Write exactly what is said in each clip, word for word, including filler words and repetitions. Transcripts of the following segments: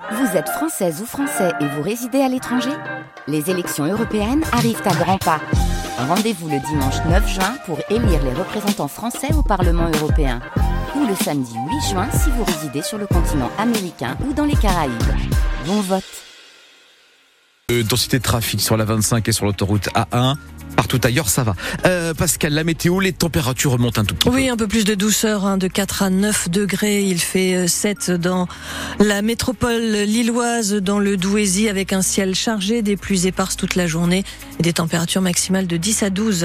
Vous êtes française ou français et vous résidez à l'étranger ? Les élections européennes arrivent à grands pas. Rendez-vous le dimanche neuf juin pour élire les représentants français au Parlement européen. Ou le samedi huit juin si vous résidez sur le continent américain ou dans les Caraïbes. Bon vote. Euh, densité de trafic sur la vingt-cinq et sur l'autoroute A un. Partout ailleurs, ça va. Euh, Pascal, la météo, les températures remontent un tout petit peu. Oui, un peu plus de douceur, hein, de quatre à neuf degrés. Il fait sept dans la métropole lilloise, dans le Douaisis, avec un ciel chargé, des pluies éparses toute la journée et des températures maximales de dix à douze.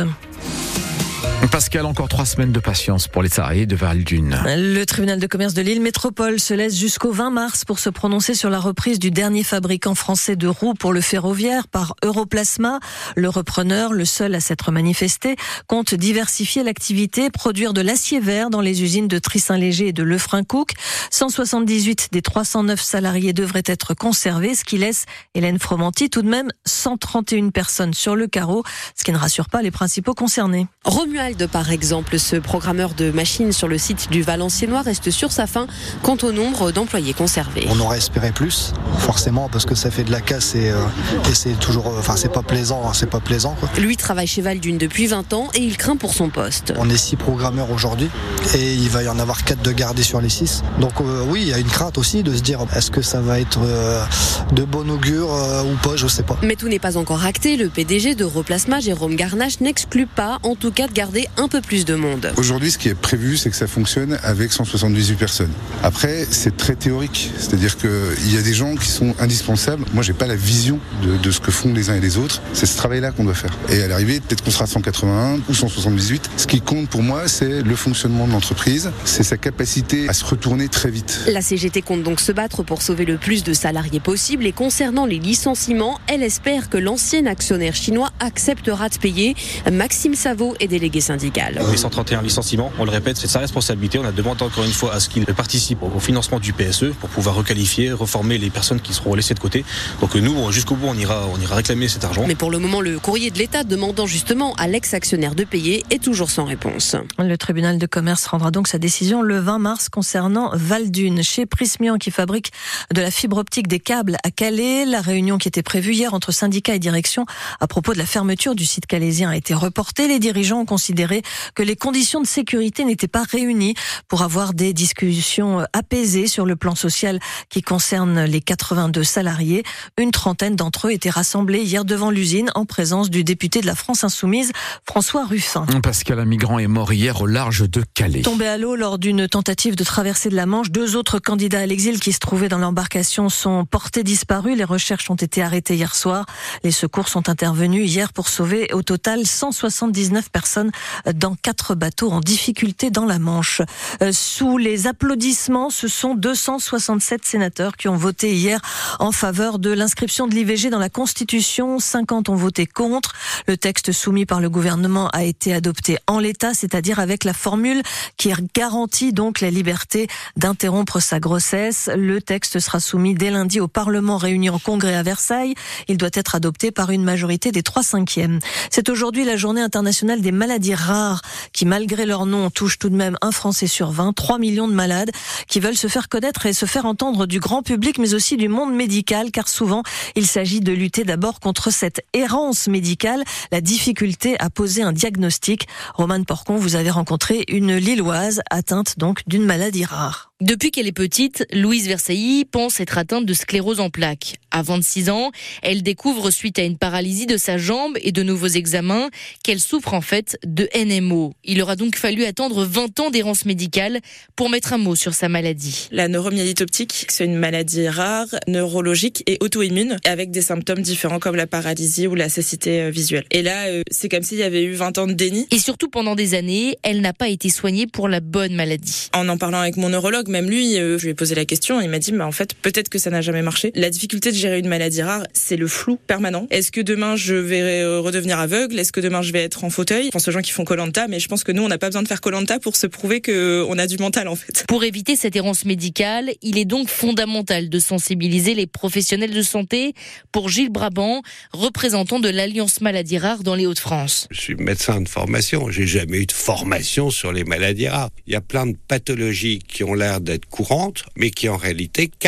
Pascal, encore trois semaines de patience pour les salariés de Val-d'Une. Le tribunal de commerce de Lille Métropole se laisse jusqu'au vingt mars pour se prononcer sur la reprise du dernier fabricant français de roues pour le ferroviaire par Europlasma. Le repreneur, le seul à s'être manifesté, compte diversifier l'activité, produire de l'acier vert dans les usines de Trissin-Léger et de Lefrancouc. cent soixante-dix-huit des trois cent neuf salariés devraient être conservés, ce qui laisse, Hélène Fromanti, tout de même cent trente et une personnes sur le carreau, ce qui ne rassure pas les principaux concernés. Romuald, par exemple, ce programmeur de machines sur le site du Valenciennois reste sur sa faim quant au nombre d'employés conservés. On aurait espéré plus, forcément, parce que ça fait de la casse et, euh, et c'est toujours, enfin, c'est pas plaisant, hein, c'est pas plaisant, quoi. Lui travaille chez Val-d'Une depuis vingt ans et il craint pour son poste. On est six programmeurs aujourd'hui et il va y en avoir quatre de gardés sur les six. Donc euh, oui, il y a une crainte aussi de se dire est-ce que ça va être euh, de bon augure euh, ou pas, je sais pas. Mais tout n'est pas encore acté. Le P D G d'Europlasma, Jérôme Garnache, n'exclut pas, en tout cas, de garder un peu plus de monde. Aujourd'hui, ce qui est prévu, c'est que ça fonctionne avec cent soixante-dix-huit personnes. Après, c'est très théorique. C'est-à-dire qu'il y a des gens qui sont indispensables. Moi, j'ai pas la vision de, de ce que font les uns et les autres. C'est ce travail-là qu'on doit faire. Et à l'arrivée, peut-être qu'on sera cent quatre-vingt-un ou cent soixante-dix-huit. Ce qui compte pour moi, c'est le fonctionnement de l'entreprise. C'est sa capacité à se retourner très vite. La C G T compte donc se battre pour sauver le plus de salariés possible. Et concernant les licenciements, elle espère que l'ancien actionnaire chinois acceptera de payer. Maxime Savot est délégué syndical. Les cent trente et un licenciements, on le répète, c'est de sa responsabilité. On a demandé encore une fois à ce qu'il participe au financement du P S E pour pouvoir requalifier, reformer les personnes qui seront laissées de côté. Donc nous, jusqu'au bout, on ira, on ira réclamer cet argent. Mais pour le moment, le courrier de l'État demandant justement à l'ex-actionnaire de payer est toujours sans réponse. Le tribunal de commerce rendra donc sa décision le vingt mars concernant Val-d'Une. Chez Prismian, qui fabrique de la fibre optique, des câbles à Calais, la réunion qui était prévue hier entre syndicats et direction à propos de la fermeture du site calaisien a été reportée. Les dirigeants ont considéré que les conditions de sécurité n'étaient pas réunies pour avoir des discussions apaisées sur le plan social qui concerne les quatre-vingt-deux salariés. Une trentaine d'entre eux étaient rassemblés hier devant l'usine en présence du député de la France Insoumise, François Ruffin. Pascal, un migrant est mort hier au large de Calais. Tombé à l'eau lors d'une tentative de traversée de la Manche, deux autres candidats à l'exil qui se trouvaient dans l'embarcation sont portés disparus. Les recherches ont été arrêtées hier soir. Les secours sont intervenus hier pour sauver au total cent soixante-dix-neuf personnes dans quatre bateaux en difficulté dans la Manche. Euh, sous les applaudissements, ce sont deux cent soixante-sept sénateurs qui ont voté hier en faveur de l'inscription de l'I V G dans la Constitution. cinquante ont voté contre. Le texte soumis par le gouvernement a été adopté en l'état, c'est-à-dire avec la formule qui garantit donc la liberté d'interrompre sa grossesse. Le texte sera soumis dès lundi au Parlement réuni en congrès à Versailles. Il doit être adopté par une majorité des trois cinquièmes. C'est aujourd'hui la journée internationale des maladies rares qui, malgré leur nom, touchent tout de même un Français sur vingt, trois millions de malades qui veulent se faire connaître et se faire entendre du grand public, mais aussi du monde médical, car souvent, il s'agit de lutter d'abord contre cette errance médicale, la difficulté à poser un diagnostic. Romane Porcon, vous avez rencontré une Lilloise atteinte donc d'une maladie rare. Depuis qu'elle est petite, Louise Versailly pense être atteinte de sclérose en plaques. À vingt-six ans, elle découvre suite à une paralysie de sa jambe et de nouveaux examens qu'elle souffre en fait de N M O. Il aura donc fallu attendre vingt ans d'errance médicale pour mettre un mot sur sa maladie. La neuromyélite optique, c'est une maladie rare, neurologique et auto-immune, avec des symptômes différents comme la paralysie ou la cécité visuelle. Et là, c'est comme s'il y avait eu vingt ans de déni. Et surtout pendant des années, elle n'a pas été soignée pour la bonne maladie. En en parlant avec mon neurologue, même lui, euh, je lui ai posé la question, il m'a dit, bah, en fait, peut-être que ça n'a jamais marché. La difficulté de gérer une maladie rare, c'est le flou permanent. Est-ce que demain, je vais euh, redevenir aveugle? Est-ce que demain, je vais être en fauteuil? Je pense aux gens qui font Koh-Lanta, mais je pense que nous, on n'a pas besoin de faire Koh-Lanta pour se prouver qu'on a du mental, en fait. Pour éviter cette errance médicale, il est donc fondamental de sensibiliser les professionnels de santé. Pour Gilles Brabant, représentant de l'Alliance Maladies Rares dans les Hauts-de-France. Je suis médecin de formation, j'ai jamais eu de formation sur les maladies rares. Il y a plein de pathologies qui ont l'air d'être courantes, mais qui en réalité cachent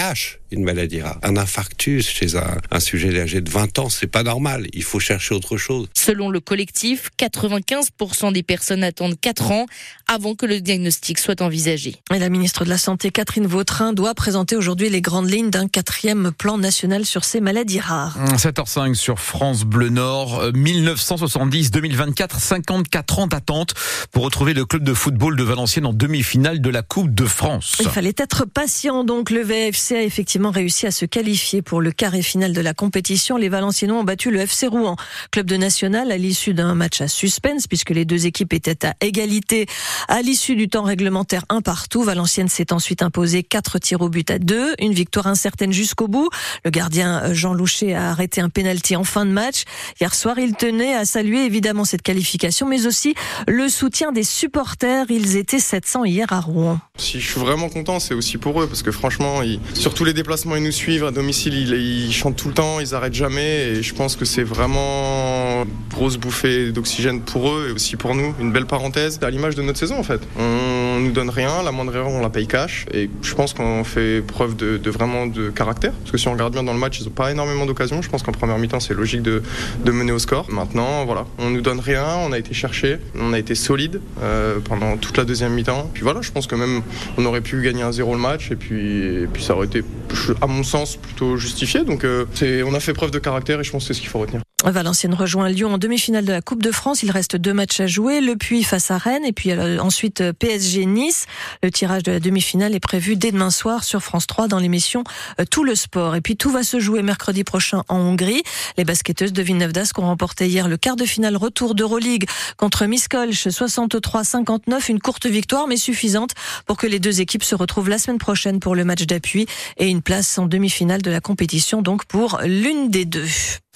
une maladie rare. Un infarctus chez un, un sujet âgé de vingt ans, c'est pas normal. Il faut chercher autre chose. Selon le collectif, quatre-vingt-quinze pour cent des personnes attendent quatre ans avant que le diagnostic soit envisagé. Et la ministre de la Santé, Catherine Vautrin, doit présenter aujourd'hui les grandes lignes d'un quatrième plan national sur ces maladies rares. sept heures cinq sur France Bleu Nord, mille neuf cent soixante-dix deux mille vingt-quatre, cinquante-quatre ans d'attente pour retrouver le club de football de Valenciennes en demi-finale de la Coupe de France. Il fallait être patient, donc le V F C a effectivement réussi à se qualifier pour le quart et finale de la compétition. Les Valenciennois ont battu le F C Rouen, club de national, à l'issue d'un match à suspense, puisque les deux équipes étaient à égalité à l'issue du temps réglementaire un partout. Valenciennes s'est ensuite imposé quatre tirs au but à deux, une victoire incertaine jusqu'au bout. Le gardien Jean Louchet a arrêté un pénalty en fin de match. Hier soir, il tenait à saluer évidemment cette qualification, mais aussi le soutien des supporters. Ils étaient sept cents hier à Rouen. Si je suis vraiment content, c'est aussi pour eux, parce que franchement, ils, sur tous les déplacements, ils nous suivent. À domicile, ils, ils chantent tout le temps, ils arrêtent jamais. Et je pense que c'est vraiment une grosse bouffée d'oxygène pour eux et aussi pour nous. Une belle parenthèse à l'image de notre saison en fait. On nous donne rien, la moindre erreur, on la paye cash. Et je pense qu'on fait preuve de, de vraiment de caractère. Parce que si on regarde bien dans le match, ils n'ont pas énormément d'occasions. Je pense qu'en première mi-temps, c'est logique de, de mener au score. Maintenant, voilà, on nous donne rien, on a été chercher, on a été solide euh, pendant toute la deuxième mi-temps. Puis voilà, je pense que même on aurait pu gagner un zéro le match et puis, et puis ça aurait été, à mon sens, plutôt justifié. Donc euh, c'est, on a fait preuve de caractère et je pense que c'est ce qu'il faut retenir. Valenciennes rejoint Lyon en demi-finale de la Coupe de France. Il reste deux matchs à jouer. Le Puy face à Rennes et puis euh, ensuite P S G Nice. Le tirage de la demi-finale est prévu dès demain soir sur France trois dans l'émission euh, Tout le sport. Et puis tout va se jouer mercredi prochain en Hongrie. Les basketteuses de Villeneuve-d'Ascq ont remporté hier le quart de finale retour d'Euroleague contre Miskolc soixante-trois cinquante-neuf. Une courte victoire mais suffisante pour que les deux équipes se retrouvent la semaine prochaine pour le match d'appui et une place en demi-finale de la compétition donc pour l'une des deux.